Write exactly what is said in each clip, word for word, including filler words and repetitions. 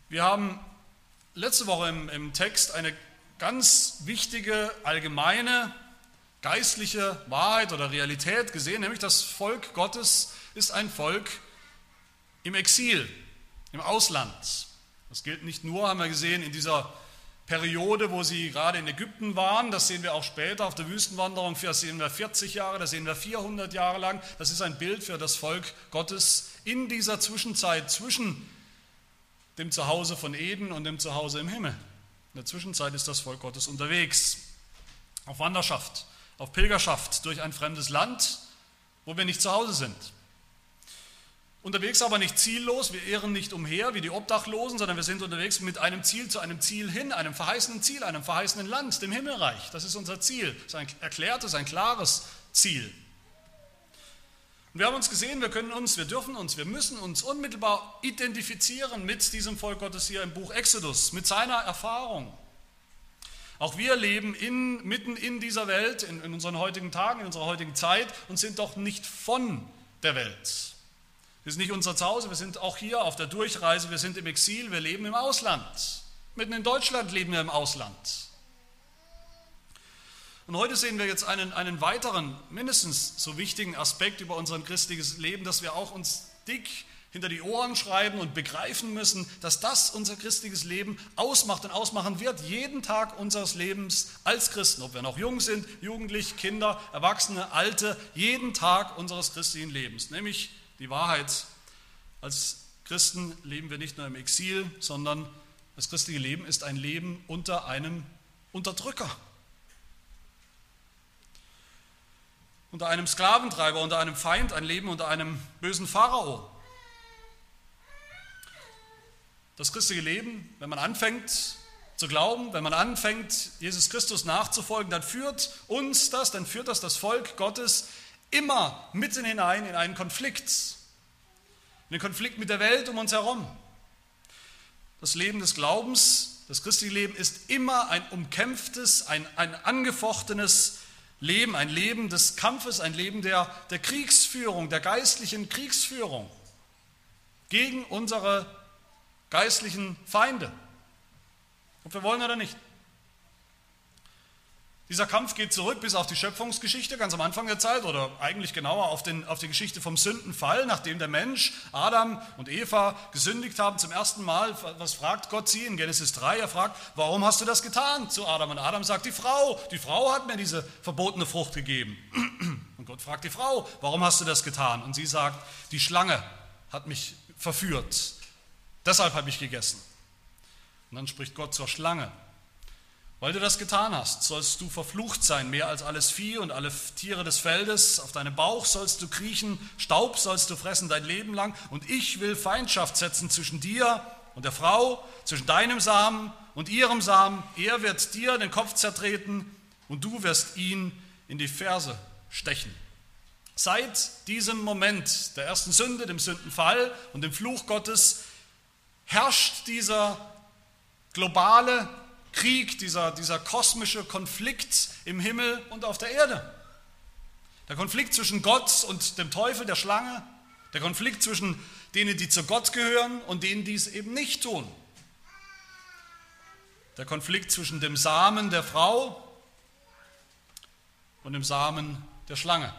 Wir haben letzte Woche im, im Text eine ganz wichtige, allgemeine, geistliche Wahrheit oder Realität gesehen, nämlich das Volk Gottes ist ein Volk im Exil, im Ausland. Das gilt nicht nur, haben wir gesehen, in dieser Periode, wo sie gerade in Ägypten waren, das sehen wir auch später auf der Wüstenwanderung, das sehen wir vierzig Jahre, das sehen wir vierhundert Jahre lang. Das ist ein Bild für das Volk Gottes in dieser Zwischenzeit zwischen dem Zuhause von Eden und dem Zuhause im Himmel. In der Zwischenzeit ist das Volk Gottes unterwegs, auf Wanderschaft, auf Pilgerschaft durch ein fremdes Land, wo wir nicht zu Hause sind. Unterwegs aber nicht ziellos, wir irren nicht umher wie die Obdachlosen, sondern wir sind unterwegs mit einem Ziel zu einem Ziel hin, einem verheißenen Ziel, einem verheißenen Land, dem Himmelreich. Das ist unser Ziel, das ist ein erklärtes, ein klares Ziel. Und wir haben uns gesehen, wir können uns, wir dürfen uns, wir müssen uns unmittelbar identifizieren mit diesem Volk Gottes hier im Buch Exodus, mit seiner Erfahrung. Auch wir leben in, mitten in dieser Welt, in, in unseren heutigen Tagen, in unserer heutigen Zeit und sind doch nicht von der Welt. Wir sind nicht unser Zuhause, wir sind auch hier auf der Durchreise, wir sind im Exil, wir leben im Ausland. Mitten in Deutschland leben wir im Ausland. Und heute sehen wir jetzt einen, einen weiteren, mindestens so wichtigen Aspekt über unser christliches Leben, dass wir auch uns dick hinter die Ohren schreiben und begreifen müssen, dass das unser christliches Leben ausmacht und ausmachen wird, jeden Tag unseres Lebens als Christen, ob wir noch jung sind, jugendlich, Kinder, Erwachsene, Alte, jeden Tag unseres christlichen Lebens, nämlich die Wahrheit, als Christen leben wir nicht nur im Exil, sondern das christliche Leben ist ein Leben unter einem Unterdrücker. Unter einem Sklaventreiber, unter einem Feind, ein Leben unter einem bösen Pharao. Das christliche Leben, wenn man anfängt zu glauben, wenn man anfängt, Jesus Christus nachzufolgen, dann führt uns das, dann führt das das Volk Gottes immer mitten hinein in einen Konflikt, in den Konflikt mit der Welt um uns herum. Das Leben des Glaubens, das christliche Leben ist immer ein umkämpftes, ein, ein angefochtenes Leben, ein Leben des Kampfes, ein Leben der, der Kriegsführung, der geistlichen Kriegsführung gegen unsere geistlichen Feinde, ob wir wollen oder nicht. Dieser Kampf geht zurück bis auf die Schöpfungsgeschichte, ganz am Anfang der Zeit, oder eigentlich genauer auf, den, auf die Geschichte vom Sündenfall, nachdem der Mensch, Adam und Eva gesündigt haben zum ersten Mal. Was fragt Gott sie in Genesis drei? Er fragt, warum hast du das getan zu Adam? Und Adam sagt, die Frau, die Frau hat mir diese verbotene Frucht gegeben. Und Gott fragt die Frau, warum hast du das getan? Und sie sagt, die Schlange hat mich verführt, deshalb habe ich gegessen. Und dann spricht Gott zur Schlange. Weil du das getan hast, sollst du verflucht sein, mehr als alles Vieh und alle Tiere des Feldes. Auf deinem Bauch sollst du kriechen, Staub sollst du fressen dein Leben lang. Und ich will Feindschaft setzen zwischen dir und der Frau, zwischen deinem Samen und ihrem Samen. Er wird dir den Kopf zertreten und du wirst ihn in die Ferse stechen. Seit diesem Moment der ersten Sünde, dem Sündenfall und dem Fluch Gottes, herrscht dieser globale Krieg, dieser, dieser kosmische Konflikt im Himmel und auf der Erde. Der Konflikt zwischen Gott und dem Teufel, der Schlange, der Konflikt zwischen denen, die zu Gott gehören und denen, die es eben nicht tun. Der Konflikt zwischen dem Samen der Frau und dem Samen der Schlange.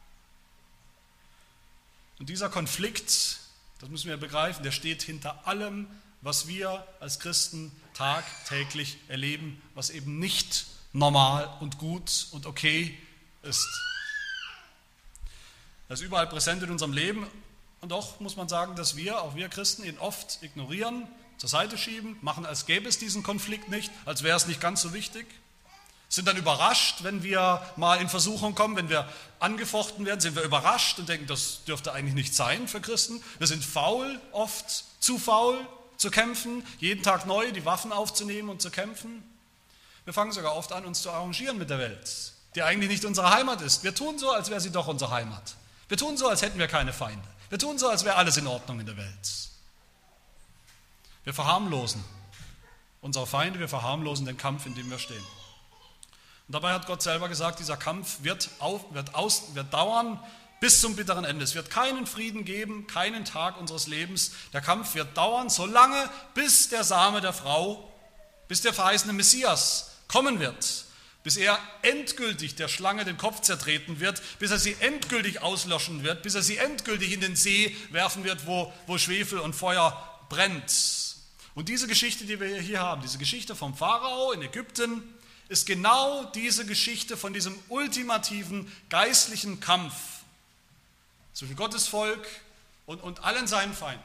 Und dieser Konflikt, das müssen wir begreifen, der steht hinter allem, was wir als Christen tagtäglich erleben, was eben nicht normal und gut und okay ist. Das ist überall präsent in unserem Leben und doch muss man sagen, dass wir, auch wir Christen, ihn oft ignorieren, zur Seite schieben, machen, als gäbe es diesen Konflikt nicht, als wäre es nicht ganz so wichtig. Sind dann überrascht, wenn wir mal in Versuchung kommen, wenn wir angefochten werden, sind wir überrascht und denken, das dürfte eigentlich nicht sein für Christen. Wir sind faul, oft zu faul zu kämpfen, jeden Tag neu die Waffen aufzunehmen und zu kämpfen. Wir fangen sogar oft an, uns zu arrangieren mit der Welt, die eigentlich nicht unsere Heimat ist. Wir tun so, als wäre sie doch unsere Heimat. Wir tun so, als hätten wir keine Feinde. Wir tun so, als wäre alles in Ordnung in der Welt. Wir verharmlosen unsere Feinde, wir verharmlosen den Kampf, in dem wir stehen. Und dabei hat Gott selber gesagt, dieser Kampf wird, auf, wird, aus, wird dauern, bis zum bitteren Ende. Es wird keinen Frieden geben, keinen Tag unseres Lebens. Der Kampf wird dauern, solange bis der Same der Frau, bis der verheißene Messias kommen wird, bis er endgültig der Schlange den Kopf zertreten wird, bis er sie endgültig auslöschen wird, bis er sie endgültig in den See werfen wird, wo, wo Schwefel und Feuer brennt. Und diese Geschichte, die wir hier haben, diese Geschichte vom Pharao in Ägypten, ist genau diese Geschichte von diesem ultimativen geistlichen Kampf zwischen Gottes Volk und, und allen seinen Feinden.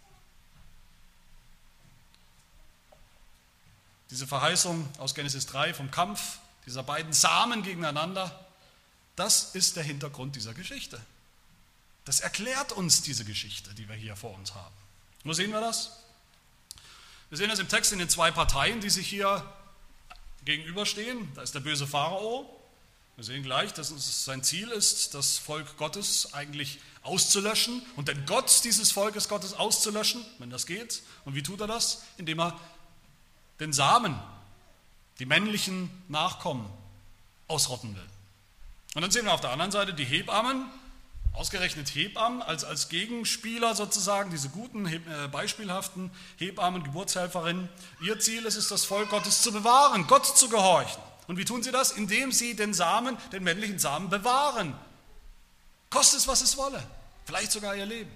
Diese Verheißung aus Genesis drei vom Kampf dieser beiden Samen gegeneinander, das ist der Hintergrund dieser Geschichte. Das erklärt uns diese Geschichte, die wir hier vor uns haben. Wo sehen wir das? Wir sehen das im Text in den zwei Parteien, die sich hier gegenüberstehen. Da ist der böse Pharao. Wir sehen gleich, dass es sein Ziel ist, das Volk Gottes eigentlich auszulöschen und den Gott dieses Volkes Gottes auszulöschen, wenn das geht. Und wie tut er das? Indem er den Samen, die männlichen Nachkommen, ausrotten will. Und dann sehen wir auf der anderen Seite die Hebammen, ausgerechnet Hebammen als, als Gegenspieler sozusagen, diese guten, äh, beispielhaften Hebammen, Geburtshelferinnen. Ihr Ziel ist es, das Volk Gottes zu bewahren, Gott zu gehorchen. Und wie tun sie das? Indem sie den Samen, den männlichen Samen bewahren. Koste es, was es wolle. Vielleicht sogar ihr Leben.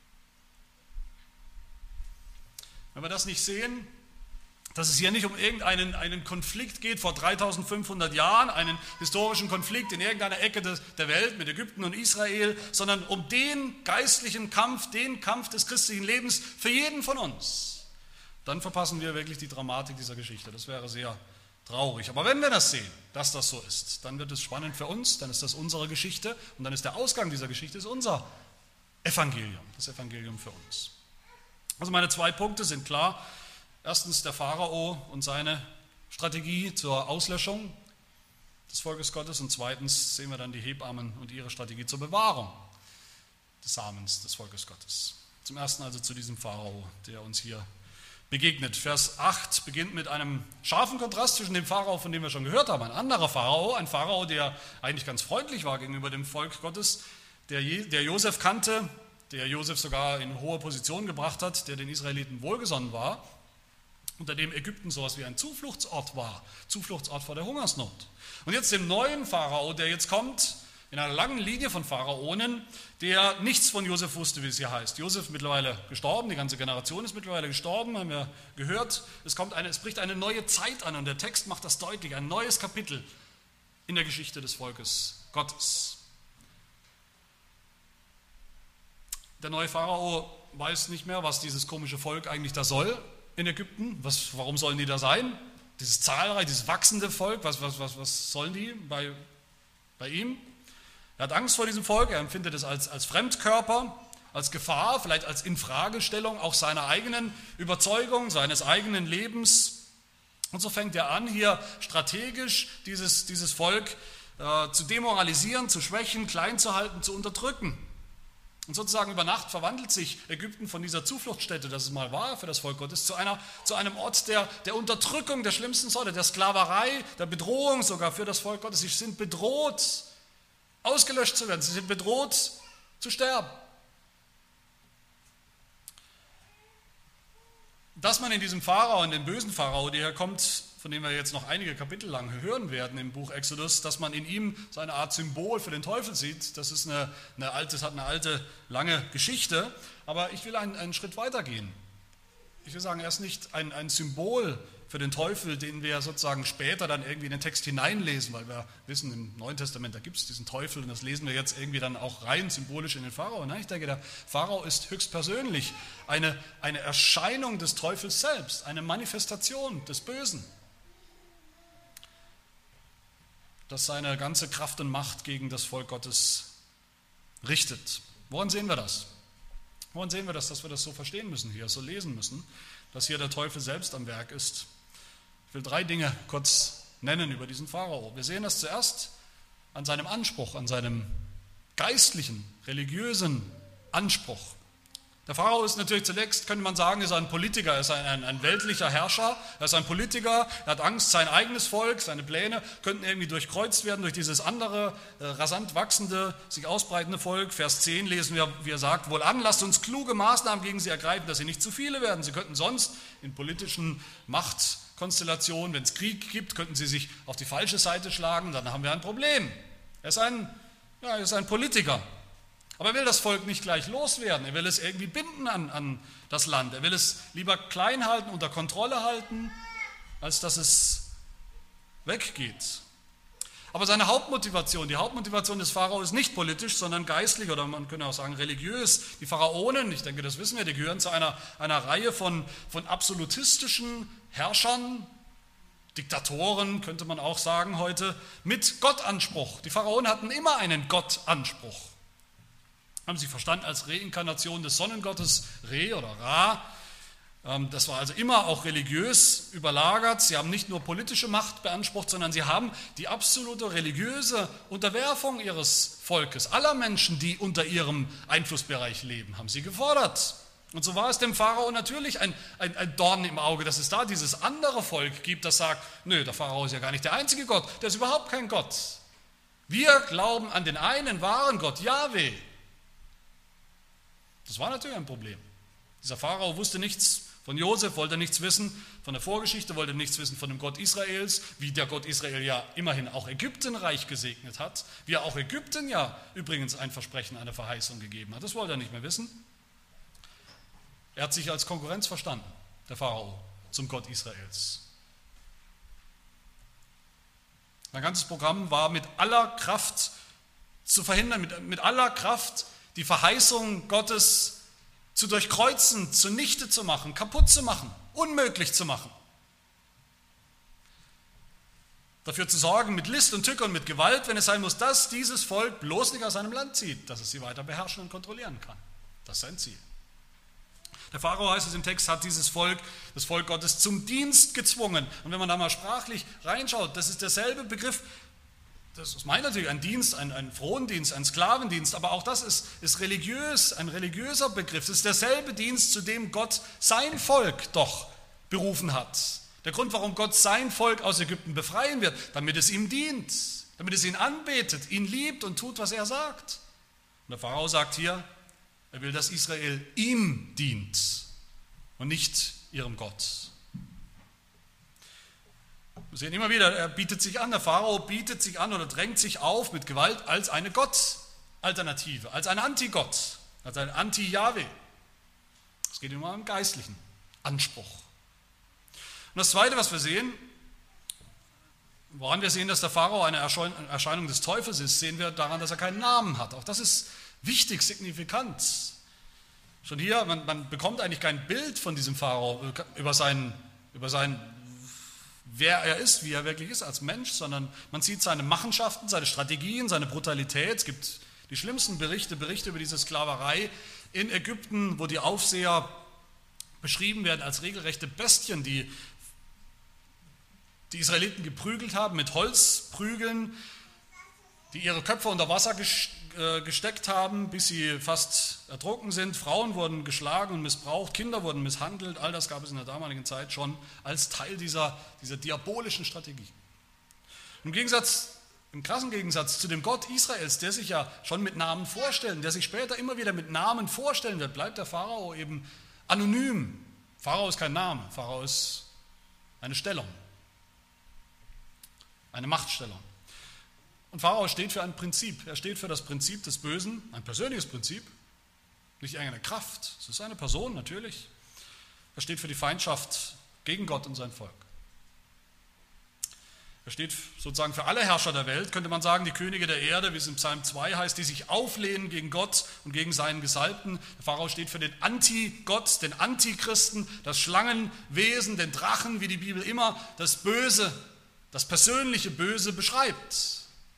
Wenn wir das nicht sehen, dass es hier nicht um irgendeinen einen Konflikt geht vor dreitausendfünfhundert Jahren, einen historischen Konflikt in irgendeiner Ecke des, der Welt mit Ägypten und Israel, sondern um den geistlichen Kampf, den Kampf des christlichen Lebens für jeden von uns, dann verpassen wir wirklich die Dramatik dieser Geschichte. Das wäre sehr traurig. Aber wenn wir das sehen, dass das so ist, dann wird es spannend für uns, dann ist das unsere Geschichte und dann ist der Ausgang dieser Geschichte ist unser Evangelium, das Evangelium für uns. Also meine zwei Punkte sind klar. Erstens der Pharao und seine Strategie zur Auslöschung des Volkes Gottes und zweitens sehen wir dann die Hebammen und ihre Strategie zur Bewahrung des Samens des Volkes Gottes. Zum ersten also zu diesem Pharao, der uns hier begegnet. Vers acht beginnt mit einem scharfen Kontrast zwischen dem Pharao, von dem wir schon gehört haben, ein anderer Pharao, ein Pharao, der eigentlich ganz freundlich war gegenüber dem Volk Gottes, der, der Josef kannte, der Josef sogar in hohe Position gebracht hat, der den Israeliten wohlgesonnen war, unter dem Ägypten sowas wie ein Zufluchtsort war, Zufluchtsort vor der Hungersnot. Und jetzt dem neuen Pharao, der jetzt kommt, in einer langen Linie von Pharaonen, der nichts von Josef wusste, wie es hier heißt. Josef ist mittlerweile gestorben, die ganze Generation ist mittlerweile gestorben, haben wir gehört. Es, kommt eine, es bricht eine neue Zeit an und der Text macht das deutlich, ein neues Kapitel in der Geschichte des Volkes Gottes. Der neue Pharao weiß nicht mehr, was dieses komische Volk eigentlich da soll in Ägypten. Was, warum sollen die da sein? Dieses zahlreiche, dieses wachsende Volk, was, was, was, was sollen die bei, bei ihm? Er hat Angst vor diesem Volk, er empfindet es als, als Fremdkörper, als Gefahr, vielleicht als Infragestellung auch seiner eigenen Überzeugung, seines eigenen Lebens. Und so fängt er an, hier strategisch dieses, dieses Volk äh, zu demoralisieren, zu schwächen, klein zu halten, zu unterdrücken. Und sozusagen über Nacht verwandelt sich Ägypten von dieser Zufluchtsstätte, das es mal war für das Volk Gottes, zu, einer, zu einem Ort der, der Unterdrückung, der schlimmsten Sorte, der Sklaverei, der Bedrohung sogar für das Volk Gottes. Sie sind bedroht, ausgelöscht zu werden, sie sind bedroht zu sterben. Dass man in diesem Pharao, in dem bösen Pharao, der hier kommt, von dem wir jetzt noch einige Kapitel lang hören werden im Buch Exodus, dass man in ihm so eine Art Symbol für den Teufel sieht, das ist eine, eine alte, das hat eine alte, lange Geschichte, aber ich will einen, einen Schritt weiter gehen. Ich will sagen, er ist nicht ein, ein Symbol für den Teufel, den wir sozusagen später dann irgendwie in den Text hineinlesen, weil wir wissen, im Neuen Testament, da gibt es diesen Teufel und das lesen wir jetzt irgendwie dann auch rein symbolisch in den Pharao. Nein, ich denke, der Pharao ist höchstpersönlich eine, eine Erscheinung des Teufels selbst, eine Manifestation des Bösen, das seine ganze Kraft und Macht gegen das Volk Gottes richtet. Woran sehen wir das? Woran sehen wir das, dass wir das so verstehen müssen hier, so lesen müssen, dass hier der Teufel selbst am Werk ist? Ich will drei Dinge kurz nennen über diesen Pharao. Wir sehen das zuerst an seinem Anspruch, an seinem geistlichen, religiösen Anspruch. Der Pharao ist natürlich zunächst, könnte man sagen, ist ein Politiker, er ist ein, ein, ein weltlicher Herrscher, er ist ein Politiker, er hat Angst, sein eigenes Volk, seine Pläne könnten irgendwie durchkreuzt werden durch dieses andere, äh, rasant wachsende, sich ausbreitende Volk. Vers zehn lesen wir, wie er sagt, wohlan, lasst uns kluge Maßnahmen gegen sie ergreifen, dass sie nicht zu viele werden. Sie könnten sonst in politischen Machtkonstellationen, wenn es Krieg gibt, könnten sie sich auf die falsche Seite schlagen, dann haben wir ein Problem. Er ist ein, ja, er ist ein Politiker. Aber er will das Volk nicht gleich loswerden, er will es irgendwie binden an, an das Land, er will es lieber klein halten, unter Kontrolle halten, als dass es weggeht. Aber seine Hauptmotivation, die Hauptmotivation des Pharao ist nicht politisch, sondern geistlich oder man könnte auch sagen religiös. Die Pharaonen, ich denke, das wissen wir, die gehören zu einer, einer Reihe von, von absolutistischen Herrschern, Diktatoren, könnte man auch sagen heute, mit Gottanspruch. Die Pharaonen hatten immer einen Gottanspruch. Haben sie verstanden als Reinkarnation des Sonnengottes Re oder Ra. Das war also immer auch religiös überlagert. Sie haben nicht nur politische Macht beansprucht, sondern sie haben die absolute religiöse Unterwerfung ihres Volkes, aller Menschen, die unter ihrem Einflussbereich leben, haben sie gefordert. Und so war es dem Pharao natürlich ein, ein, ein Dorn im Auge, dass es da dieses andere Volk gibt, das sagt, nö, der Pharao ist ja gar nicht der einzige Gott, der ist überhaupt kein Gott. Wir glauben an den einen wahren Gott, Jahwe. Das war natürlich ein Problem. Dieser Pharao wusste nichts von Josef, wollte nichts wissen von der Vorgeschichte, wollte nichts wissen von dem Gott Israels, wie der Gott Israel ja immerhin auch Ägypten reich gesegnet hat, wie er auch Ägypten ja übrigens ein Versprechen, eine Verheißung gegeben hat. Das wollte er nicht mehr wissen. Er hat sich als Konkurrenz verstanden, der Pharao, zum Gott Israels. Sein ganzes Programm war mit aller Kraft zu verhindern, mit, mit aller Kraft die Verheißung Gottes zu durchkreuzen, zunichte zu machen, kaputt zu machen, unmöglich zu machen. Dafür zu sorgen, mit List und Tücke und mit Gewalt, wenn es sein muss, dass dieses Volk bloß nicht aus seinem Land zieht, dass es sie weiter beherrschen und kontrollieren kann. Das ist sein Ziel. Der Pharao, heißt es im Text, hat dieses Volk, das Volk Gottes, zum Dienst gezwungen. Und wenn man da mal sprachlich reinschaut, das ist derselbe Begriff. Das meint natürlich ein Dienst, ein, ein Frondienst, ein Sklavendienst, aber auch das ist, ist religiös, ein religiöser Begriff. Es ist derselbe Dienst, zu dem Gott sein Volk doch berufen hat. Der Grund, warum Gott sein Volk aus Ägypten befreien wird, damit es ihm dient, damit es ihn anbetet, ihn liebt und tut, was er sagt. Und der Pharao sagt hier, er will, dass Israel ihm dient und nicht ihrem Gott. Wir sehen immer wieder, er bietet sich an, der Pharao bietet sich an oder drängt sich auf mit Gewalt als eine Gott-Alternative, als ein Antigott, als ein Anti-Jahwe. Es geht immer um geistlichen Anspruch. Und das Zweite, was wir sehen, woran wir sehen, dass der Pharao eine Erscheinung des Teufels ist, sehen wir daran, dass er keinen Namen hat. Auch das ist wichtig, signifikant. Schon hier, man, man bekommt eigentlich kein Bild von diesem Pharao über seinen, über seinen wer er ist, wie er wirklich ist als Mensch, sondern man sieht seine Machenschaften, seine Strategien, seine Brutalität. Es gibt die schlimmsten Berichte, Berichte über diese Sklaverei in Ägypten, wo die Aufseher beschrieben werden als regelrechte Bestien, die die Israeliten geprügelt haben mit Holzprügeln, die ihre Köpfe unter Wasser gesteckt haben, bis sie fast ertrunken sind. Frauen wurden geschlagen und missbraucht, Kinder wurden misshandelt. All das gab es in der damaligen Zeit schon als Teil dieser, dieser diabolischen Strategie. Im Gegensatz, im krassen Gegensatz zu dem Gott Israels, der sich ja schon mit Namen vorstellen, der sich später immer wieder mit Namen vorstellen wird, bleibt der Pharao eben anonym. Pharao ist kein Name, Pharao ist eine Stellung, eine Machtstellung. Und Pharao steht für ein Prinzip. Er steht für das Prinzip des Bösen, ein persönliches Prinzip, nicht irgendeine Kraft. Es ist eine Person, natürlich. Er steht für die Feindschaft gegen Gott und sein Volk. Er steht sozusagen für alle Herrscher der Welt, könnte man sagen, die Könige der Erde, wie es in Psalm zwei heißt, die sich auflehnen gegen Gott und gegen seinen Gesalbten. Der Pharao steht für den Anti-Gott, den Antichristen, das Schlangenwesen, den Drachen, wie die Bibel immer das Böse, das persönliche Böse beschreibt.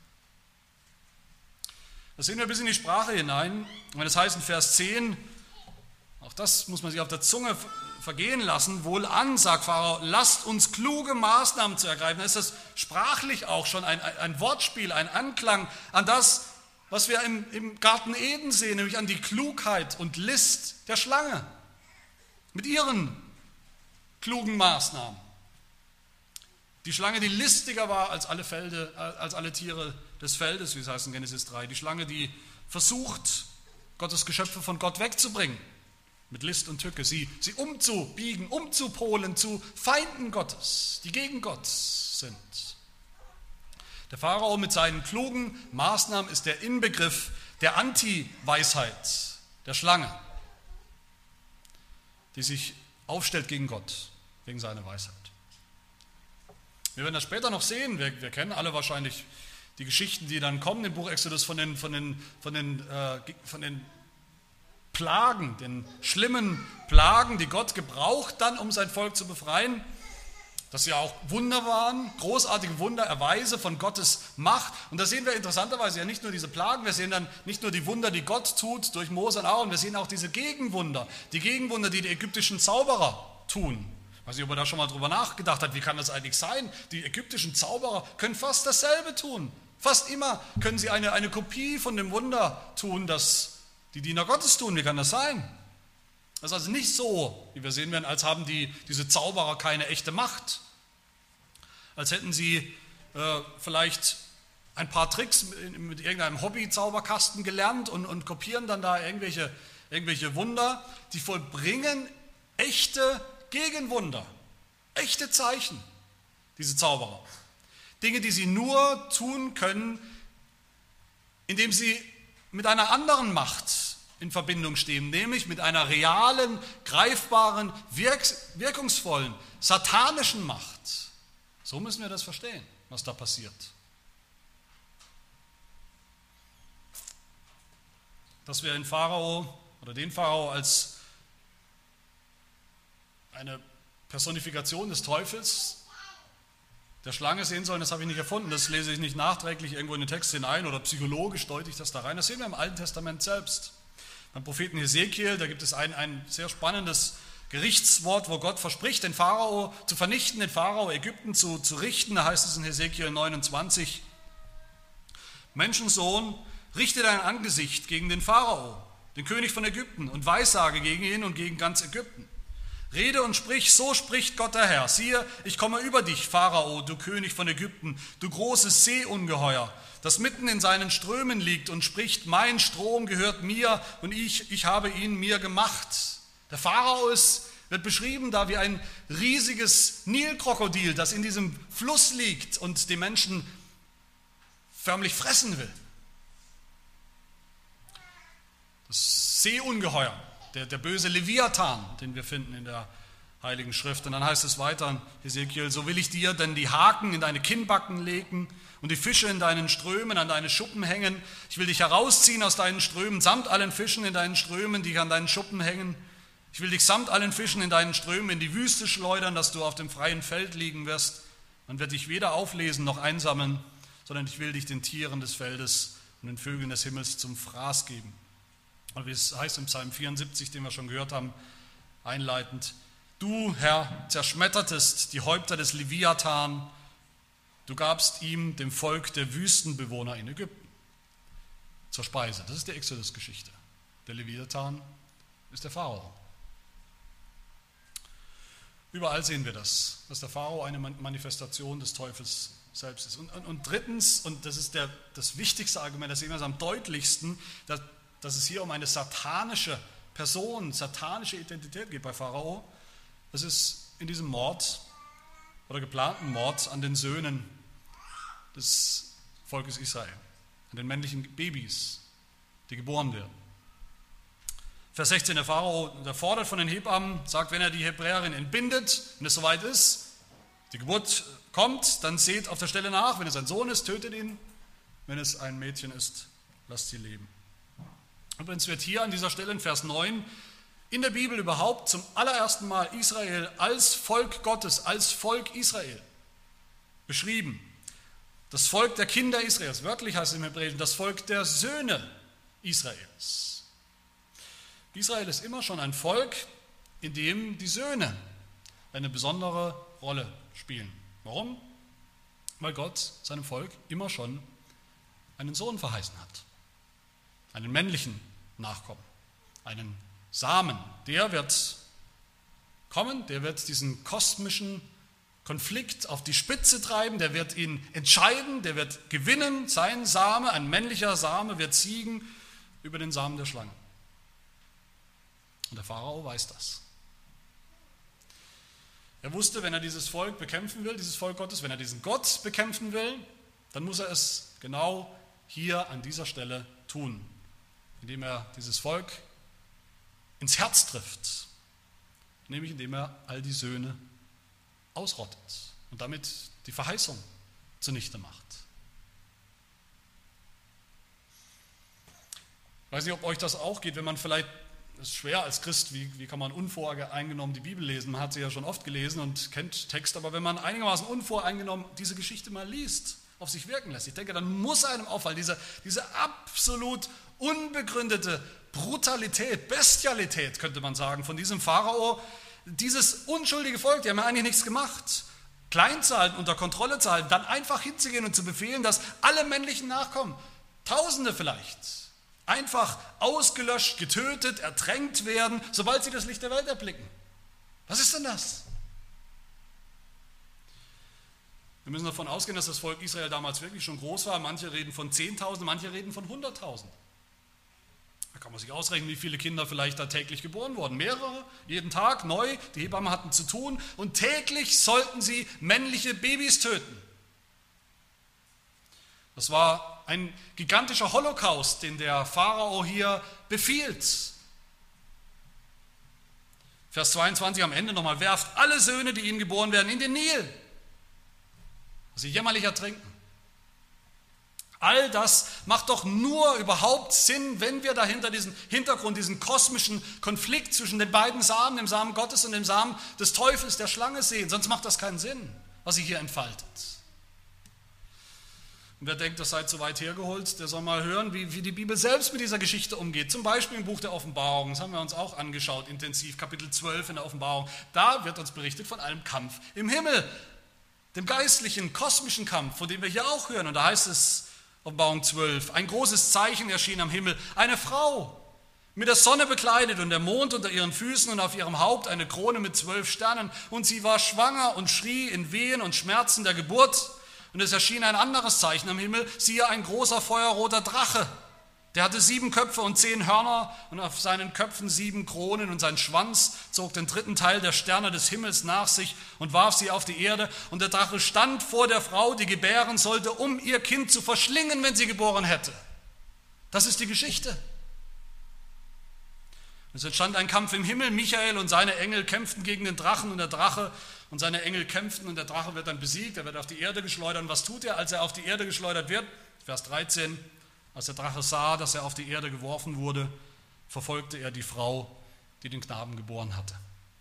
Das sehen wir bis in die Sprache hinein. Wenn es heißt in Vers zehn, auch das muss man sich auf der Zunge vergehen lassen, wohlan, sagt Pharao, lasst uns kluge Maßnahmen zu ergreifen. Da ist das sprachlich auch schon ein, ein Wortspiel, ein Anklang an das, was wir im, im Garten Eden sehen, nämlich an die Klugheit und List der Schlange mit ihren klugen Maßnahmen. Die Schlange, die listiger war als alle, Felde, als alle Tiere des Feldes, wie es heißt in Genesis drei. Die Schlange, die versucht, Gottes Geschöpfe von Gott wegzubringen, mit List und Tücke, sie, sie umzubiegen, umzupolen zu Feinden Gottes, die gegen Gott sind. Der Pharao mit seinen klugen Maßnahmen ist der Inbegriff der Anti-Weisheit, der Schlange, die sich aufstellt gegen Gott, gegen seine Weisheit. Wir werden das später noch sehen, wir, wir kennen alle wahrscheinlich die Geschichten, die dann kommen im Buch Exodus von den, von den, von den, äh, von den Plagen, den schlimmen Plagen, die Gott gebraucht dann, um sein Volk zu befreien. Das ja auch Wunder waren, großartige Wunder, Erweise von Gottes Macht. Und da sehen wir interessanterweise ja nicht nur diese Plagen, wir sehen dann nicht nur die Wunder, die Gott tut durch Mose und Aaron, wir sehen auch diese Gegenwunder, die Gegenwunder, die die ägyptischen Zauberer tun. Ich weiß nicht, ob er da schon mal drüber nachgedacht hat, wie kann das eigentlich sein? Die ägyptischen Zauberer können fast dasselbe tun. Fast immer können sie eine, eine Kopie von dem Wunder tun, das die Diener Gottes tun. Wie kann das sein? Das ist also nicht so, wie wir sehen werden, als haben die, diese Zauberer keine echte Macht. Als hätten sie äh, vielleicht ein paar Tricks mit, mit irgendeinem Hobby-Zauberkasten gelernt und, und kopieren dann da irgendwelche, irgendwelche Wunder. Die vollbringen echte Gegenwunder, echte Zeichen, diese Zauberer. Dinge, die sie nur tun können, indem sie mit einer anderen Macht in Verbindung stehen, nämlich mit einer realen, greifbaren, wirks- wirkungsvollen, satanischen Macht. So müssen wir das verstehen, was da passiert. Dass wir den Pharao oder den Pharao als eine Personifikation des Teufels, der Schlange sehen sollen, das habe ich nicht erfunden, das lese ich nicht nachträglich irgendwo in den Text hinein oder psychologisch deute ich das da rein, das sehen wir im Alten Testament selbst. Beim Propheten Hesekiel, da gibt es ein, ein sehr spannendes Gerichtswort, wo Gott verspricht, den Pharao zu vernichten, den Pharao Ägypten zu, zu richten. Da heißt es in Hesekiel neunundzwanzig, Menschensohn, richte dein Angesicht gegen den Pharao, den König von Ägypten, und weissage gegen ihn und gegen ganz Ägypten. Rede und sprich, so spricht Gott der Herr. Siehe, ich komme über dich, Pharao, du König von Ägypten, du großes Seeungeheuer, das mitten in seinen Strömen liegt und spricht, mein Strom gehört mir und ich, ich habe ihn mir gemacht. Der Pharao ist, wird beschrieben da wie ein riesiges Nilkrokodil, das in diesem Fluss liegt und die Menschen förmlich fressen will. Das Seeungeheuer. Der, der böse Leviathan, den wir finden in der Heiligen Schrift. Und dann heißt es weiter in Hesekiel, so will ich dir denn die Haken in deine Kinnbacken legen und die Fische in deinen Strömen an deine Schuppen hängen. Ich will dich herausziehen aus deinen Strömen, samt allen Fischen in deinen Strömen, die an deinen Schuppen hängen. Ich will dich samt allen Fischen in deinen Strömen in die Wüste schleudern, dass du auf dem freien Feld liegen wirst. Man wird dich weder auflesen noch einsammeln, sondern ich will dich den Tieren des Feldes und den Vögeln des Himmels zum Fraß geben. Und wie es heißt im Psalm vierundsiebzig, den wir schon gehört haben, einleitend, du, Herr, zerschmettertest die Häupter des Leviathan, du gabst ihm, dem Volk der Wüstenbewohner in Ägypten, zur Speise. Das ist die Exodus-Geschichte. Der Leviathan ist der Pharao. Überall sehen wir das, dass der Pharao eine Manifestation des Teufels selbst ist. Und, und, und drittens, und das ist der, das wichtigste Argument, das sehen wir am deutlichsten, dass dass es hier um eine satanische Person, satanische Identität geht bei Pharao. Das ist in diesem Mord oder geplanten Mord an den Söhnen des Volkes Israel, an den männlichen Babys, die geboren werden. Vers sechzehn, der Pharao, der fordert von den Hebammen, sagt, wenn er die Hebräerin entbindet, wenn es soweit ist, die Geburt kommt, dann seht auf der Stelle nach, wenn es ein Sohn ist, tötet ihn, wenn es ein Mädchen ist, lasst sie leben. Übrigens wird hier an dieser Stelle in Vers neun in der Bibel überhaupt zum allerersten Mal Israel als Volk Gottes, als Volk Israel beschrieben. Das Volk der Kinder Israels, wörtlich heißt es im Hebräischen, das Volk der Söhne Israels. Israel ist immer schon ein Volk, in dem die Söhne eine besondere Rolle spielen. Warum? Weil Gott seinem Volk immer schon einen Sohn verheißen hat. einen männlichen Nachkommen, einen Samen. Der wird kommen, der wird diesen kosmischen Konflikt auf die Spitze treiben, der wird ihn entscheiden, der wird gewinnen. Sein Same, ein männlicher Same, wird siegen über den Samen der Schlange. Und der Pharao weiß das. Er wusste, wenn er dieses Volk bekämpfen will, dieses Volk Gottes, wenn er diesen Gott bekämpfen will, dann muss er es genau hier an dieser Stelle tun, indem er dieses Volk ins Herz trifft, nämlich indem er all die Söhne ausrottet und damit die Verheißung zunichte macht. Ich weiß nicht, ob euch das auch geht, wenn man vielleicht, es ist schwer als Christ, wie, wie kann man unvoreingenommen die Bibel lesen, man hat sie ja schon oft gelesen und kennt Text, aber wenn man einigermaßen unvoreingenommen diese Geschichte mal liest, auf sich wirken lässt, ich denke, dann muss einem auffallen, diese, diese absolut unbegründete Brutalität, Bestialität, könnte man sagen, von diesem Pharao, dieses unschuldige Volk, die haben ja eigentlich nichts gemacht, klein zu halten, unter Kontrolle zu halten, dann einfach hinzugehen und zu befehlen, dass alle männlichen Nachkommen, Tausende vielleicht, einfach ausgelöscht, getötet, ertränkt werden, sobald sie das Licht der Welt erblicken. Was ist denn das? Wir müssen davon ausgehen, dass das Volk Israel damals wirklich schon groß war. Manche reden von zehntausend, manche reden von hunderttausend. Da kann man sich ausrechnen, wie viele Kinder vielleicht da täglich geboren wurden. Mehrere, jeden Tag, neu. Die Hebammen hatten zu tun. Und täglich sollten sie männliche Babys töten. Das war ein gigantischer Holocaust, den der Pharao hier befiehlt. Vers zweiundzwanzig am Ende nochmal: Werft alle Söhne, die ihnen geboren werden, in den Nil, dass sie jämmerlich ertrinken. All das macht doch nur überhaupt Sinn, wenn wir dahinter diesen Hintergrund, diesen kosmischen Konflikt zwischen den beiden Samen, dem Samen Gottes und dem Samen des Teufels, der Schlange, sehen. Sonst macht das keinen Sinn, was sich hier entfaltet. Und wer denkt, das sei zu weit hergeholt, der soll mal hören, wie, wie die Bibel selbst mit dieser Geschichte umgeht. Zum Beispiel im Buch der Offenbarung, das haben wir uns auch angeschaut, intensiv, Kapitel zwölf in der Offenbarung. Da wird uns berichtet von einem Kampf im Himmel, dem geistlichen, kosmischen Kampf, von dem wir hier auch hören. Und da heißt es, Offenbarung zwölf, ein großes Zeichen erschien am Himmel, eine Frau mit der Sonne bekleidet und der Mond unter ihren Füßen und auf ihrem Haupt eine Krone mit zwölf Sternen. Und sie war schwanger und schrie in Wehen und Schmerzen der Geburt. Und es erschien ein anderes Zeichen am Himmel, siehe, ein großer feuerroter Drache. Der hatte sieben Köpfe und zehn Hörner und auf seinen Köpfen sieben Kronen, und sein Schwanz zog den dritten Teil der Sterne des Himmels nach sich und warf sie auf die Erde. Und der Drache stand vor der Frau, die gebären sollte, um ihr Kind zu verschlingen, wenn sie geboren hätte. Das ist die Geschichte. Es entstand ein Kampf im Himmel. Michael und seine Engel kämpften gegen den Drachen, und der Drache und seine Engel kämpften, und der Drache wird dann besiegt. Er wird auf die Erde geschleudert. Und was tut er, als er auf die Erde geschleudert wird? Vers dreizehn. Als der Drache sah, dass er auf die Erde geworfen wurde, verfolgte er die Frau, die den Knaben geboren hatte.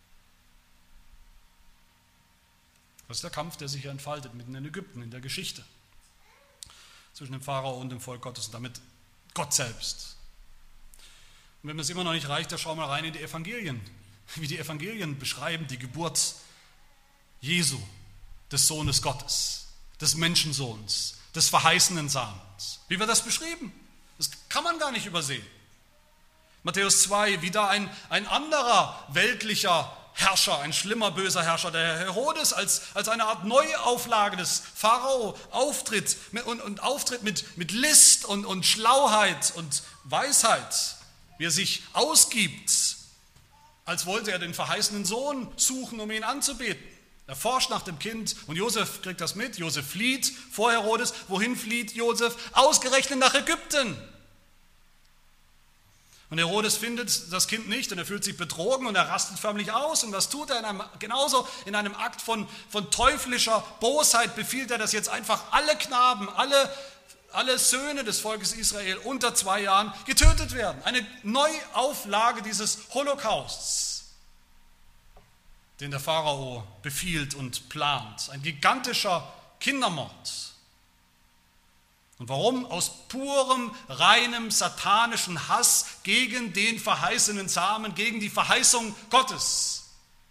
Das ist der Kampf, der sich hier entfaltet, mitten in Ägypten, in der Geschichte. Zwischen dem Pharao und dem Volk Gottes und damit Gott selbst. Und wenn das immer noch nicht reicht, dann schauen wir rein in die Evangelien. Wie die Evangelien beschreiben die Geburt Jesu, des Sohnes Gottes, des Menschensohns, des verheißenen Samens. Wie wird das beschrieben? Das kann man gar nicht übersehen. Matthäus zwei, wie da ein, ein anderer weltlicher Herrscher, ein schlimmer, böser Herrscher, der Herodes, als, als eine Art Neuauflage des Pharao auftritt und, und auftritt mit, mit List und, und Schlauheit und Weisheit, wie er sich ausgibt, als wollte er den verheißenen Sohn suchen, um ihn anzubeten. Er forscht nach dem Kind und Josef kriegt das mit. Josef flieht vor Herodes. Wohin flieht Josef? Ausgerechnet nach Ägypten. Und Herodes findet das Kind nicht und er fühlt sich betrogen und er rastet förmlich aus. Und was tut er? In einem, genauso in einem Akt von, von teuflischer Bosheit befiehlt er, dass jetzt einfach alle Knaben, alle, alle Söhne des Volkes Israel unter zwei Jahren getötet werden. Eine Neuauflage dieses Holocausts, den der Pharao befiehlt und plant. Ein gigantischer Kindermord. Und warum? Aus purem, reinem, satanischen Hass gegen den verheißenen Samen, gegen die Verheißung Gottes.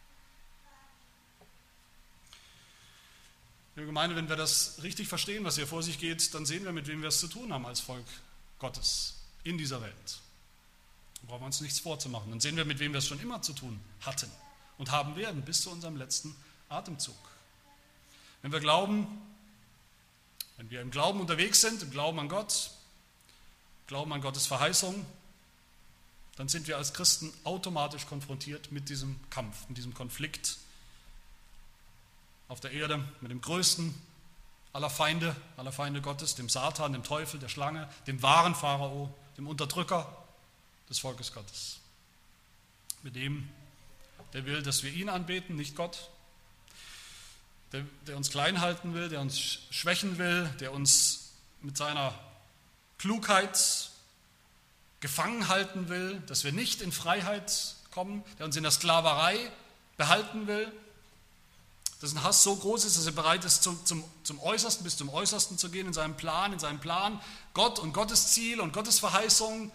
Liebe Gemeinde, wenn wir das richtig verstehen, was hier vor sich geht, dann sehen wir, mit wem wir es zu tun haben als Volk Gottes. in dieser Welt. Da brauchen wir uns nichts vorzumachen. Dann sehen wir, mit wem wir es schon immer zu tun hatten und haben werden, bis zu unserem letzten Atemzug. Wenn wir glauben, wenn wir im Glauben unterwegs sind, im Glauben an Gott, Glauben an Gottes Verheißung, dann sind wir als Christen automatisch konfrontiert mit diesem Kampf, mit diesem Konflikt auf der Erde, mit dem größten aller Feinde, aller Feinde Gottes, dem Satan, dem Teufel, der Schlange, dem wahren Pharao, dem Unterdrücker des Volkes Gottes. Mit dem, der will, dass wir ihn anbeten, nicht Gott, der, der uns klein halten will, der uns schwächen will, der uns mit seiner Klugheit gefangen halten will, dass wir nicht in Freiheit kommen, der uns in der Sklaverei behalten will, dass ein Hass so groß ist, dass er bereit ist, zum, zum, zum Äußersten, bis zum Äußersten zu gehen in seinem Plan, in seinem Plan, Gott und Gottes Ziel und Gottes Verheißung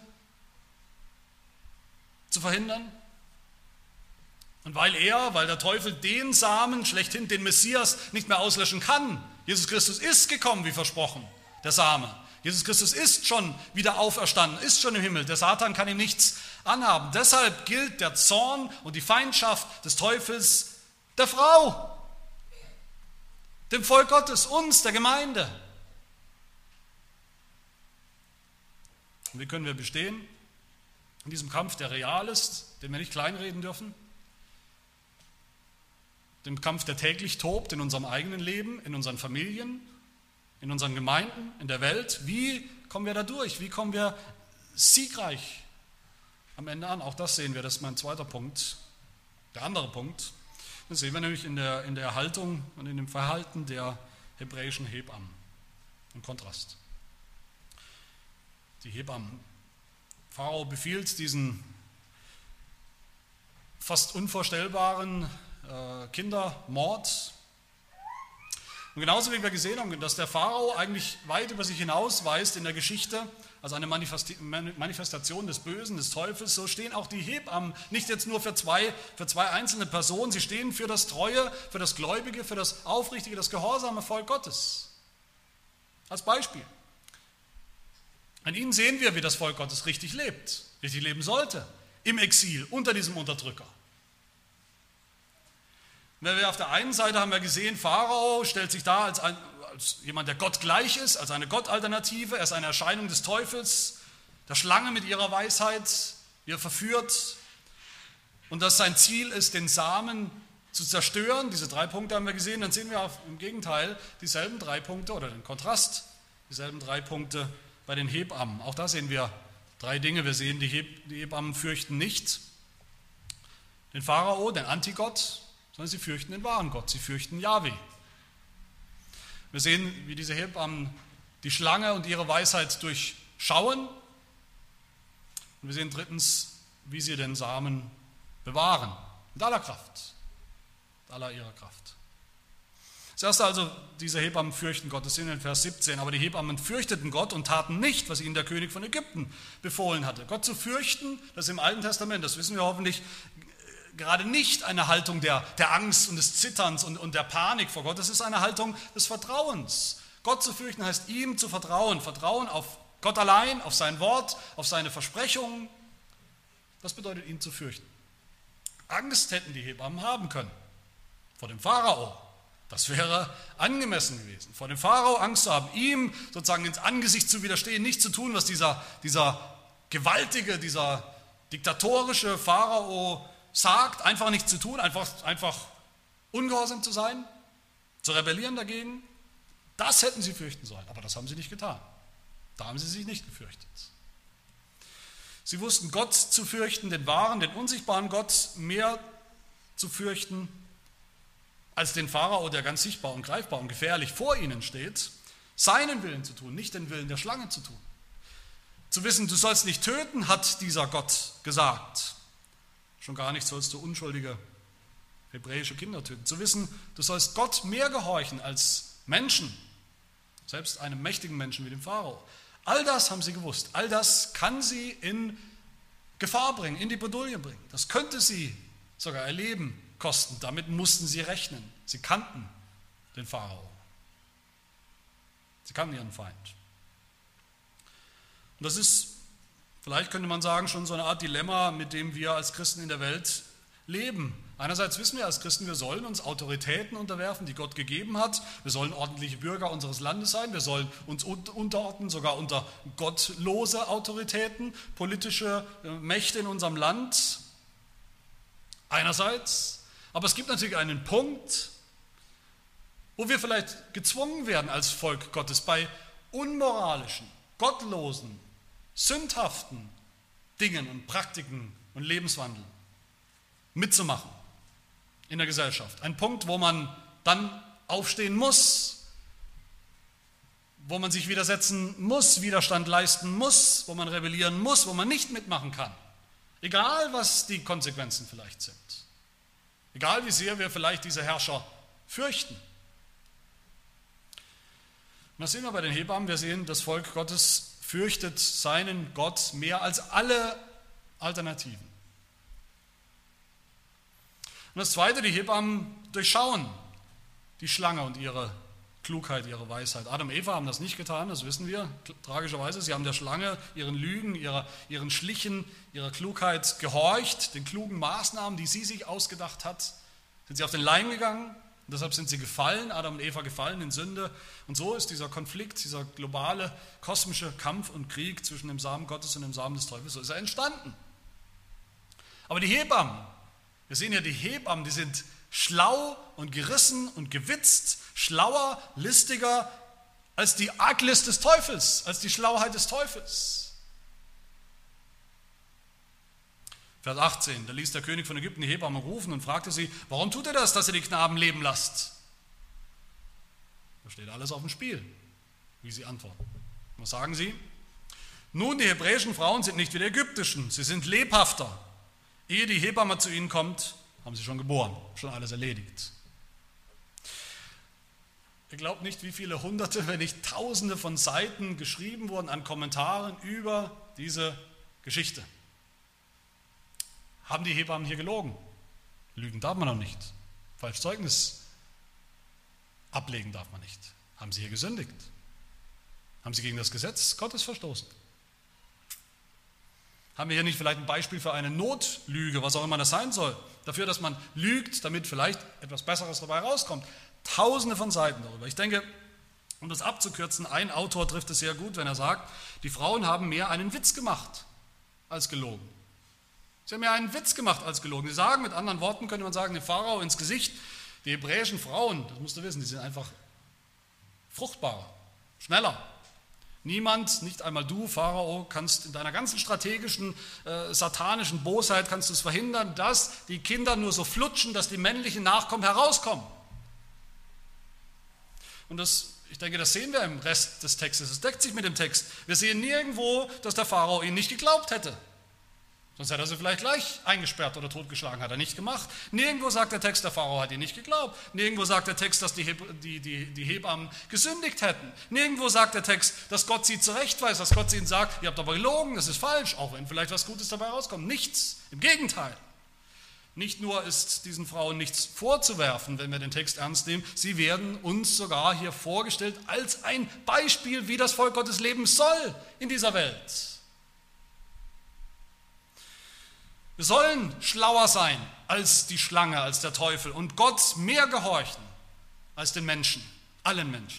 zu verhindern. Und weil er, weil der Teufel den Samen, schlechthin den Messias, nicht mehr auslöschen kann. Jesus Christus ist gekommen, wie versprochen, der Same. Jesus Christus ist schon wieder auferstanden, ist schon im Himmel. Der Satan kann ihm nichts anhaben. Deshalb gilt der Zorn und die Feindschaft des Teufels der Frau, dem Volk Gottes, uns, der Gemeinde. Und wie können wir bestehen in diesem Kampf, der real ist, den wir nicht kleinreden dürfen? Dem Kampf, der täglich tobt in unserem eigenen Leben, in unseren Familien, in unseren Gemeinden, in der Welt. Wie kommen wir da durch? Wie kommen wir siegreich am Ende an? Auch das sehen wir, das ist mein zweiter Punkt. Der andere Punkt, das sehen wir nämlich in der, in der Haltung und in dem Verhalten der hebräischen Hebammen. Im Kontrast. Die Hebammen. Pharao befiehlt diesen fast unvorstellbaren äh, Kindermord. Und genauso wie wir gesehen haben, dass der Pharao eigentlich weit über sich hinausweist in der Geschichte, also eine Manifestation des Bösen, des Teufels, so stehen auch die Hebammen nicht jetzt nur für zwei, für zwei einzelne Personen, sie stehen für das treue, für das gläubige, für das aufrichtige, das gehorsame Volk Gottes. Als Beispiel. An ihnen sehen wir, wie das Volk Gottes richtig lebt, richtig leben sollte, im Exil, unter diesem Unterdrücker. Wenn wir auf der einen Seite haben wir gesehen, Pharao stellt sich dar als, ein, als jemand, der Gott gleich ist, als eine Gottalternative. Er ist eine Erscheinung des Teufels, der Schlange mit ihrer Weisheit, die er verführt. Und dass sein Ziel ist, den Samen zu zerstören. Diese drei Punkte haben wir gesehen. Dann sehen wir auf, im Gegenteil dieselben drei Punkte oder den Kontrast, dieselben drei Punkte bei den Hebammen. Auch da sehen wir drei Dinge. Wir sehen, die, Heb, die Hebammen fürchten nicht den Pharao, den Antigott, sondern sie fürchten den wahren Gott, sie fürchten Jahwe. Wir sehen, wie diese Hebammen die Schlange und ihre Weisheit durchschauen. Und wir sehen drittens, wie sie den Samen bewahren, mit aller Kraft, mit aller ihrer Kraft. Das erste also, diese Hebammen fürchten Gott, das sehen wir in Vers siebzehn, aber die Hebammen fürchteten Gott und taten nicht, was ihnen der König von Ägypten befohlen hatte. Gott zu fürchten, das ist im Alten Testament, das wissen wir hoffentlich, gerade nicht eine Haltung der, der Angst und des Zitterns und, und der Panik vor Gott, das ist eine Haltung des Vertrauens. Gott zu fürchten heißt ihm zu vertrauen, Vertrauen auf Gott allein, auf sein Wort, auf seine Versprechungen. Das bedeutet, ihn zu fürchten. Angst hätten die Hebammen haben können vor dem Pharao. Das wäre angemessen gewesen. Vor dem Pharao Angst zu haben, ihm sozusagen ins Angesicht zu widerstehen, nicht zu tun, was dieser, dieser gewaltige, dieser diktatorische Pharao sagt, einfach nichts zu tun, einfach, einfach ungehorsam zu sein, zu rebellieren dagegen. Das hätten sie fürchten sollen, aber das haben sie nicht getan. Da haben sie sich nicht gefürchtet. Sie wussten, Gott zu fürchten, den wahren, den unsichtbaren Gott mehr zu fürchten, als den Pharao, der ganz sichtbar und greifbar und gefährlich vor ihnen steht, seinen Willen zu tun, nicht den Willen der Schlange zu tun. Zu wissen, du sollst nicht töten, hat dieser Gott gesagt. Schon gar nicht sollst du unschuldige hebräische Kinder töten. Zu wissen, du sollst Gott mehr gehorchen als Menschen, selbst einem mächtigen Menschen wie dem Pharao. All das haben sie gewusst. All das kann sie in Gefahr bringen, in die Bredouille bringen. Das könnte sie sogar ihr Leben kosten. Damit mussten sie rechnen. Sie kannten den Pharao. Sie kannten ihren Feind. Und das ist Vielleicht könnte man sagen, schon so eine Art Dilemma, mit dem wir als Christen in der Welt leben. Einerseits wissen wir als Christen, wir sollen uns Autoritäten unterwerfen, die Gott gegeben hat. Wir sollen ordentliche Bürger unseres Landes sein. Wir sollen uns unterordnen, sogar unter gottlose Autoritäten, politische Mächte in unserem Land. Einerseits. Aber es gibt natürlich einen Punkt, wo wir vielleicht gezwungen werden als Volk Gottes, bei unmoralischen, gottlosen, sündhaften Dingen und Praktiken und Lebenswandel mitzumachen in der Gesellschaft. Ein Punkt, wo man dann aufstehen muss, wo man sich widersetzen muss, Widerstand leisten muss, wo man rebellieren muss, wo man nicht mitmachen kann. Egal, was die Konsequenzen vielleicht sind. Egal, wie sehr wir vielleicht diese Herrscher fürchten. Und das sehen wir bei den Hebammen. Wir sehen, das Volk Gottes fürchtet seinen Gott mehr als alle Alternativen. Und das Zweite, die Hebammen durchschauen die Schlange und ihre Klugheit, ihre Weisheit. Adam und Eva haben das nicht getan, das wissen wir, tragischerweise. Sie haben der Schlange, ihren Lügen, ihrer, ihren Schlichen, ihrer Klugheit gehorcht, den klugen Maßnahmen, die sie sich ausgedacht hat, sind sie auf den Leim gegangen. Und deshalb sind sie gefallen, Adam und Eva gefallen in Sünde. Und so ist dieser Konflikt, dieser globale, kosmische Kampf und Krieg zwischen dem Samen Gottes und dem Samen des Teufels, so ist er entstanden. Aber die Hebammen, wir sehen ja, die Hebammen, die sind schlau und gerissen und gewitzt, schlauer, listiger als die Arglist des Teufels, als die Schlauheit des Teufels. Vers achtzehn, da ließ der König von Ägypten die Hebammen rufen und fragte sie, warum tut ihr das, dass ihr die Knaben leben lasst? Da steht alles auf dem Spiel, wie sie antworten. Was sagen sie? Nun, die hebräischen Frauen sind nicht wie die ägyptischen, sie sind lebhafter. Ehe die Hebamme zu ihnen kommt, haben sie schon geboren, schon alles erledigt. Ihr glaubt nicht, wie viele Hunderte, wenn nicht Tausende von Seiten geschrieben wurden an Kommentaren über diese Geschichte. Haben die Hebammen hier gelogen? Lügen darf man noch nicht. Falsch Zeugnis ablegen darf man nicht. Haben sie hier gesündigt? Haben sie gegen das Gesetz Gottes verstoßen? Haben wir hier nicht vielleicht ein Beispiel für eine Notlüge, was auch immer das sein soll? Dafür, dass man lügt, damit vielleicht etwas Besseres dabei rauskommt. Tausende von Seiten darüber. Ich denke, um das abzukürzen, ein Autor trifft es sehr gut, wenn er sagt, die Frauen haben mehr einen Witz gemacht als gelogen. Sie haben mehr einen Witz gemacht als gelogen. Sie sagen, mit anderen Worten könnte man sagen, dem Pharao ins Gesicht, die hebräischen Frauen, das musst du wissen, die sind einfach fruchtbarer, schneller. Niemand, nicht einmal du, Pharao, kannst in deiner ganzen strategischen, äh, satanischen Bosheit kannst du es verhindern, dass die Kinder nur so flutschen, dass die männlichen Nachkommen herauskommen. Und das, ich denke, das sehen wir im Rest des Textes. Es deckt sich mit dem Text. Wir sehen nirgendwo, dass der Pharao ihnen nicht geglaubt hätte. Sonst hätte er sie vielleicht gleich eingesperrt oder totgeschlagen, hat er nicht gemacht. Nirgendwo sagt der Text, der Pharao hat ihn nicht geglaubt. Nirgendwo sagt der Text, dass die, Heb- die, die, die Hebammen gesündigt hätten. Nirgendwo sagt der Text, dass Gott sie zurechtweist, dass Gott ihnen sagt, ihr habt aber gelogen, das ist falsch, auch wenn vielleicht was Gutes dabei rauskommt. Nichts, im Gegenteil. Nicht nur ist diesen Frauen nichts vorzuwerfen, wenn wir den Text ernst nehmen, sie werden uns sogar hier vorgestellt als ein Beispiel, wie das Volk Gottes leben soll in dieser Welt. Wir sollen schlauer sein als die Schlange, als der Teufel und Gott mehr gehorchen als den Menschen, allen Menschen.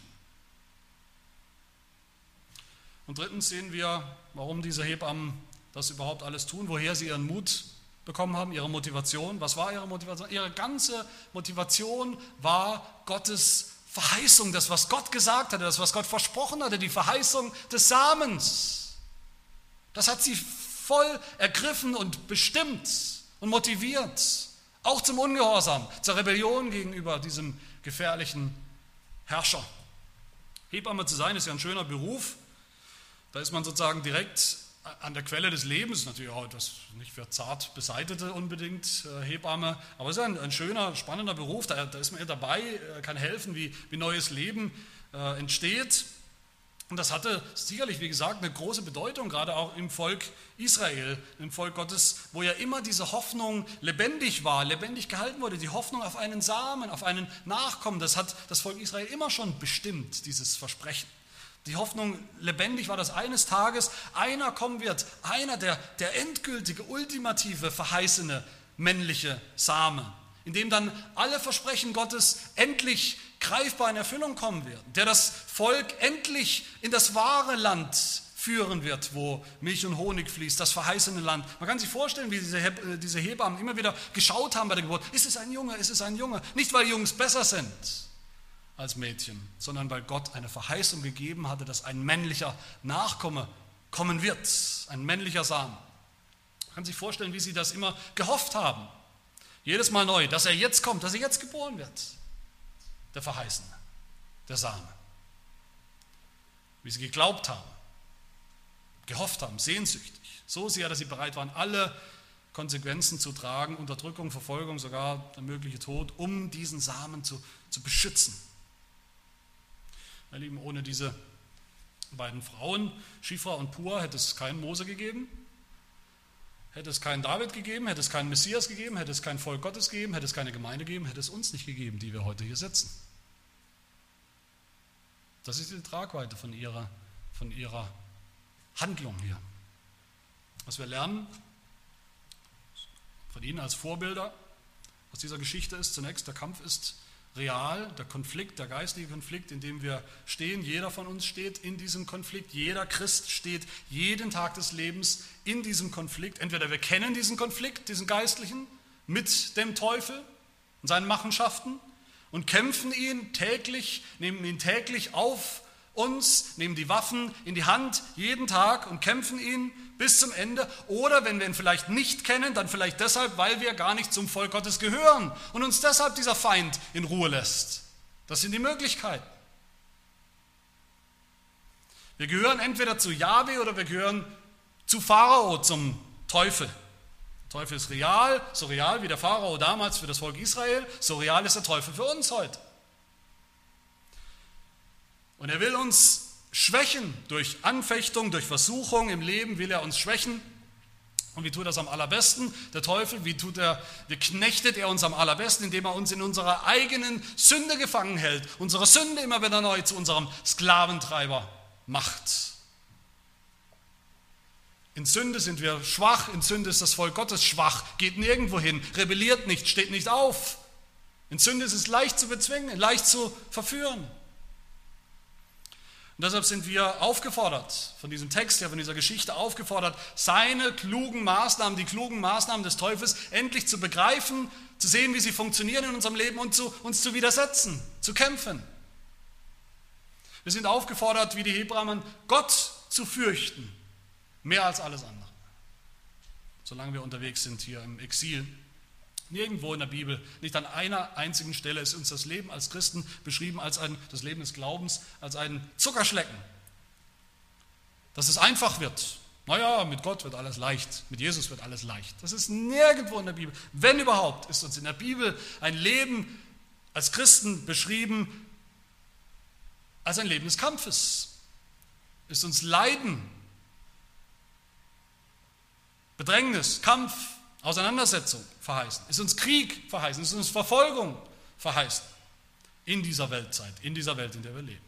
Und drittens sehen wir, warum diese Hebammen das überhaupt alles tun, woher sie ihren Mut bekommen haben, ihre Motivation. Was war ihre Motivation? Ihre ganze Motivation war Gottes Verheißung, das, was Gott gesagt hatte, das, was Gott versprochen hatte, die Verheißung des Samens. Das hat sie voll ergriffen und bestimmt und motiviert, auch zum Ungehorsam, zur Rebellion gegenüber diesem gefährlichen Herrscher. Hebamme zu sein ist ja ein schöner Beruf, da ist man sozusagen direkt an der Quelle des Lebens, natürlich auch etwas nicht für zart Beseitete unbedingt, äh, Hebamme, aber es ist ein, ein schöner, spannender Beruf, da, da ist man ja dabei, äh, kann helfen, wie, wie neues Leben äh, entsteht. Und das hatte sicherlich, wie gesagt, eine große Bedeutung, gerade auch im Volk Israel, im Volk Gottes, wo ja immer diese Hoffnung lebendig war, lebendig gehalten wurde, die Hoffnung auf einen Samen, auf einen Nachkommen. Das hat das Volk Israel immer schon bestimmt, dieses Versprechen, Die Hoffnung lebendig war, dass eines Tages einer kommen wird, einer, der, der endgültige, ultimative, verheißene männliche Same, in dem dann alle Versprechen Gottes endlich greifbar in Erfüllung kommen werden, der das Volk endlich in das wahre Land führen wird, wo Milch und Honig fließt, das verheißene Land. Man kann sich vorstellen, wie diese, Heb- diese Hebammen immer wieder geschaut haben bei der Geburt. Ist es ein Junge? Ist es ein Junge? Nicht, weil Jungs besser sind als Mädchen, sondern weil Gott eine Verheißung gegeben hatte, dass ein männlicher Nachkomme kommen wird, ein männlicher Samen. Man kann sich vorstellen, wie sie das immer gehofft haben. Jedes Mal neu, dass er jetzt kommt, dass er jetzt geboren wird. Der Verheißene, der Same. Wie sie geglaubt haben, gehofft haben, sehnsüchtig. So sehr, dass sie bereit waren, alle Konsequenzen zu tragen, Unterdrückung, Verfolgung, sogar der mögliche Tod, um diesen Samen zu, zu beschützen. Meine Lieben, ohne diese beiden Frauen, Schifra und Pua, hätte es keinen Mose gegeben, hätte es keinen David gegeben, hätte es keinen Messias gegeben, hätte es kein Volk Gottes gegeben, hätte es keine Gemeinde gegeben, hätte es uns nicht gegeben, die wir heute hier sitzen. Das ist die Tragweite von ihrer, von ihrer Handlung hier. Was wir lernen von ihnen als Vorbilder aus dieser Geschichte ist zunächst, der Kampf ist real, der Konflikt, der geistliche Konflikt, in dem wir stehen, jeder von uns steht in diesem Konflikt, jeder Christ steht jeden Tag des Lebens in diesem Konflikt. Entweder wir kennen diesen Konflikt, diesen geistlichen, mit dem Teufel und seinen Machenschaften und kämpfen ihn täglich, nehmen ihn täglich auf uns, nehmen die Waffen in die Hand jeden Tag und kämpfen ihn bis zum Ende. Oder wenn wir ihn vielleicht nicht kennen, dann vielleicht deshalb, weil wir gar nicht zum Volk Gottes gehören und uns deshalb dieser Feind in Ruhe lässt. Das sind die Möglichkeiten. Wir gehören entweder zu Jahwe oder wir gehören zu Pharao, zum Teufel. Der Teufel ist real, so real wie der Pharao damals für das Volk Israel, so real ist der Teufel für uns heute. Und er will uns schwächen durch Anfechtung, durch Versuchung im Leben will er uns schwächen. Und wie tut er das am allerbesten? Der Teufel, wie tut er, wie knechtet er uns am allerbesten? Indem er uns in unserer eigenen Sünde gefangen hält, unsere Sünde immer wieder neu zu unserem Sklaventreiber macht. In Sünde sind wir schwach, in Sünde ist das Volk Gottes schwach, geht nirgendwo hin, rebelliert nicht, steht nicht auf. In Sünde ist es leicht zu bezwingen, leicht zu verführen. Und deshalb sind wir aufgefordert, von diesem Text, ja von dieser Geschichte aufgefordert, seine klugen Maßnahmen, die klugen Maßnahmen des Teufels endlich zu begreifen, zu sehen, wie sie funktionieren in unserem Leben und zu, uns zu widersetzen, zu kämpfen. Wir sind aufgefordert, wie die Hebräer, Gott zu fürchten, mehr als alles andere. Solange wir unterwegs sind hier im Exil. Nirgendwo in der Bibel, nicht an einer einzigen Stelle ist uns das Leben als Christen beschrieben als ein, das Leben des Glaubens, als ein Zuckerschlecken. Dass es einfach wird. Naja, mit Gott wird alles leicht, mit Jesus wird alles leicht. Das ist nirgendwo in der Bibel. Wenn überhaupt, ist uns in der Bibel ein Leben als Christen beschrieben als ein Leben des Kampfes. Ist uns Leiden, Bedrängnis, Kampf, Auseinandersetzung verheißen, ist uns Krieg verheißen, ist uns Verfolgung verheißen in dieser Weltzeit, in dieser Welt, in der wir leben.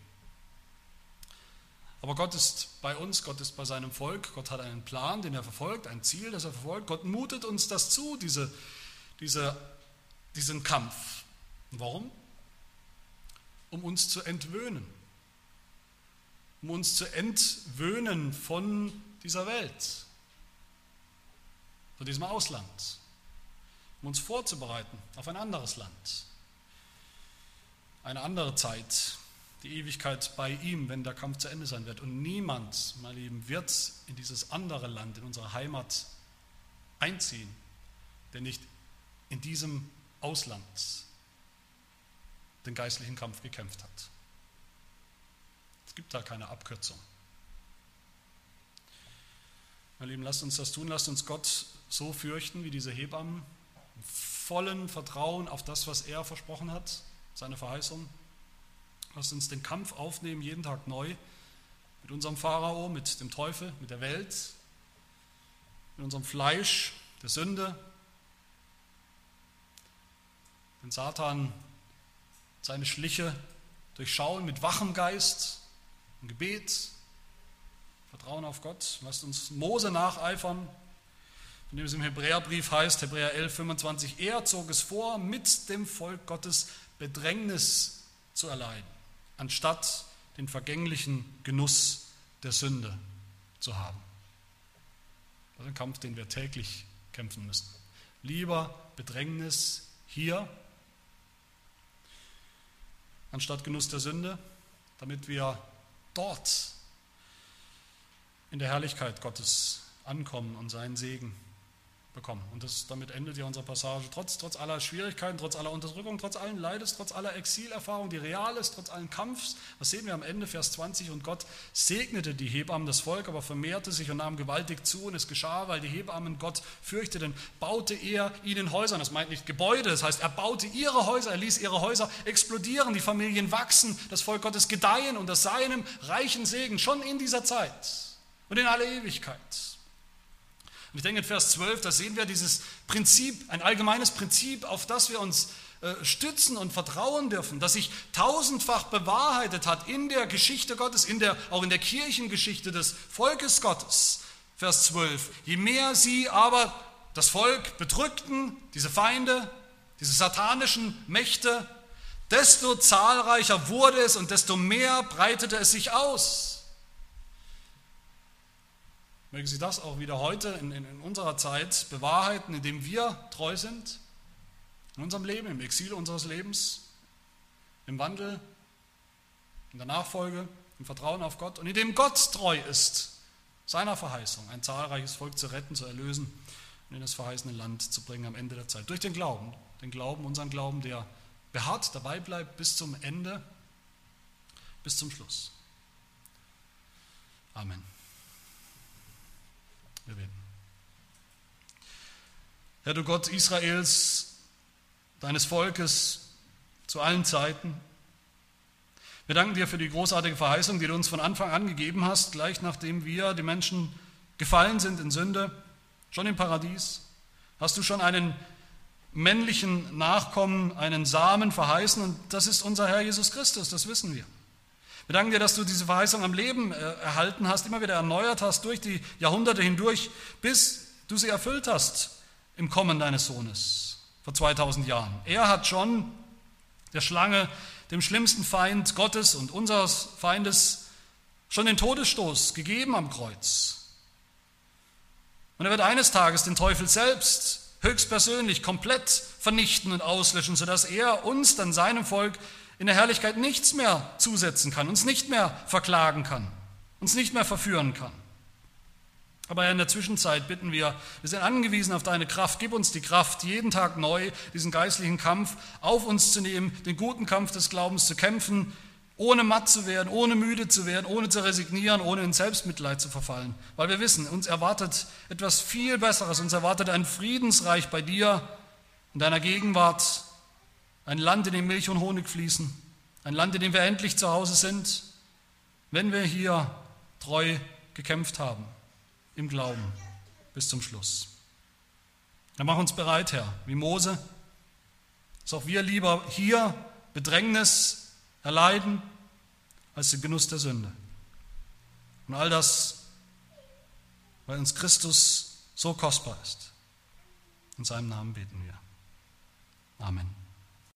Aber Gott ist bei uns, Gott ist bei seinem Volk, Gott hat einen Plan, den er verfolgt, ein Ziel, das er verfolgt. Gott mutet uns das zu, diese, diese, diesen Kampf. Warum? Um uns zu entwöhnen, um uns zu entwöhnen von dieser Welt, von diesem Ausland, um uns vorzubereiten auf ein anderes Land, eine andere Zeit, die Ewigkeit bei ihm, wenn der Kampf zu Ende sein wird. Und niemand, meine Lieben, wird in dieses andere Land, in unsere Heimat einziehen, der nicht in diesem Ausland den geistlichen Kampf gekämpft hat. Es gibt da keine Abkürzung. Meine Lieben, lasst uns das tun, lasst uns Gott so fürchten wie diese Hebammen, im vollen Vertrauen auf das, was er versprochen hat, seine Verheißung. Lasst uns den Kampf aufnehmen, jeden Tag neu, mit unserem Pharao, mit dem Teufel, mit der Welt, mit unserem Fleisch, der Sünde. Wenn Satan seine Schliche durchschauen mit wachem Geist, im Gebet, Vertrauen auf Gott. Lasst uns Mose nacheifern, von dem es im Hebräerbrief heißt, Hebräer elf, fünfundzwanzig, er zog es vor, mit dem Volk Gottes Bedrängnis zu erleiden, anstatt den vergänglichen Genuss der Sünde zu haben. Das ist ein Kampf, den wir täglich kämpfen müssen. Lieber Bedrängnis hier, anstatt Genuss der Sünde, damit wir dort in der Herrlichkeit Gottes ankommen und seinen Segen bekommen. Und das, damit endet ja unsere Passage. Trotz, trotz aller Schwierigkeiten, trotz aller Unterdrückung, trotz allen Leides, trotz aller Exilerfahrung, die real ist, trotz allen Kampfs. Was sehen wir am Ende, Vers zwanzig? Und Gott segnete die Hebammen, das Volk aber vermehrte sich und nahm gewaltig zu. Und es geschah, weil die Hebammen Gott fürchteten, baute er ihnen Häuser. Das meint nicht Gebäude, das heißt, er baute ihre Häuser, er ließ ihre Häuser explodieren, die Familien wachsen, das Volk Gottes gedeihen unter seinem reichen Segen, schon in dieser Zeit und in alle Ewigkeit. Und ich denke, in Vers zwölf, da sehen wir dieses Prinzip, ein allgemeines Prinzip, auf das wir uns äh, stützen und vertrauen dürfen, das sich tausendfach bewahrheitet hat in der Geschichte Gottes, in der, auch in der Kirchengeschichte des Volkes Gottes. Vers zwölf, je mehr sie aber das Volk bedrückten, diese Feinde, diese satanischen Mächte, desto zahlreicher wurde es und desto mehr breitete es sich aus. Mögen Sie das auch wieder heute in, in, in unserer Zeit bewahrheiten, indem wir treu sind, in unserem Leben, im Exil unseres Lebens, im Wandel, in der Nachfolge, im Vertrauen auf Gott und indem Gott treu ist, seiner Verheißung, ein zahlreiches Volk zu retten, zu erlösen und in das verheißene Land zu bringen am Ende der Zeit. Durch den Glauben, den Glauben, unseren Glauben, der beharrt, dabei bleibt bis zum Ende, bis zum Schluss. Amen. Wir beten. Herr, du Gott Israels, deines Volkes zu allen Zeiten, wir danken dir für die großartige Verheißung, die du uns von Anfang an gegeben hast, gleich nachdem wir, die Menschen, gefallen sind in Sünde, schon im Paradies, hast du schon einen männlichen Nachkommen, einen Samen verheißen und das ist unser Herr Jesus Christus, das wissen wir. Wir danken dir, dass du diese Verheißung am Leben erhalten hast, immer wieder erneuert hast durch die Jahrhunderte hindurch, bis du sie erfüllt hast im Kommen deines Sohnes vor zweitausend Jahren. Er hat schon der Schlange, dem schlimmsten Feind Gottes und unseres Feindes, schon den Todesstoß gegeben am Kreuz. Und er wird eines Tages den Teufel selbst höchstpersönlich komplett vernichten und auslöschen, sodass er uns, dann seinem Volk, in der Herrlichkeit nichts mehr zusetzen kann, uns nicht mehr verklagen kann, uns nicht mehr verführen kann. Aber in der Zwischenzeit bitten wir, wir sind angewiesen auf deine Kraft, gib uns die Kraft, jeden Tag neu diesen geistlichen Kampf auf uns zu nehmen, den guten Kampf des Glaubens zu kämpfen, ohne matt zu werden, ohne müde zu werden, ohne zu resignieren, ohne in Selbstmitleid zu verfallen. Weil wir wissen, uns erwartet etwas viel Besseres, uns erwartet ein Friedensreich bei dir, in deiner Gegenwart, ein Land, in dem Milch und Honig fließen, ein Land, in dem wir endlich zu Hause sind, wenn wir hier treu gekämpft haben, im Glauben bis zum Schluss. Dann mach uns bereit, Herr, wie Mose, dass auch wir lieber hier Bedrängnis erleiden, als den Genuss der Sünde. Und all das, weil uns Christus so kostbar ist. In seinem Namen beten wir. Amen.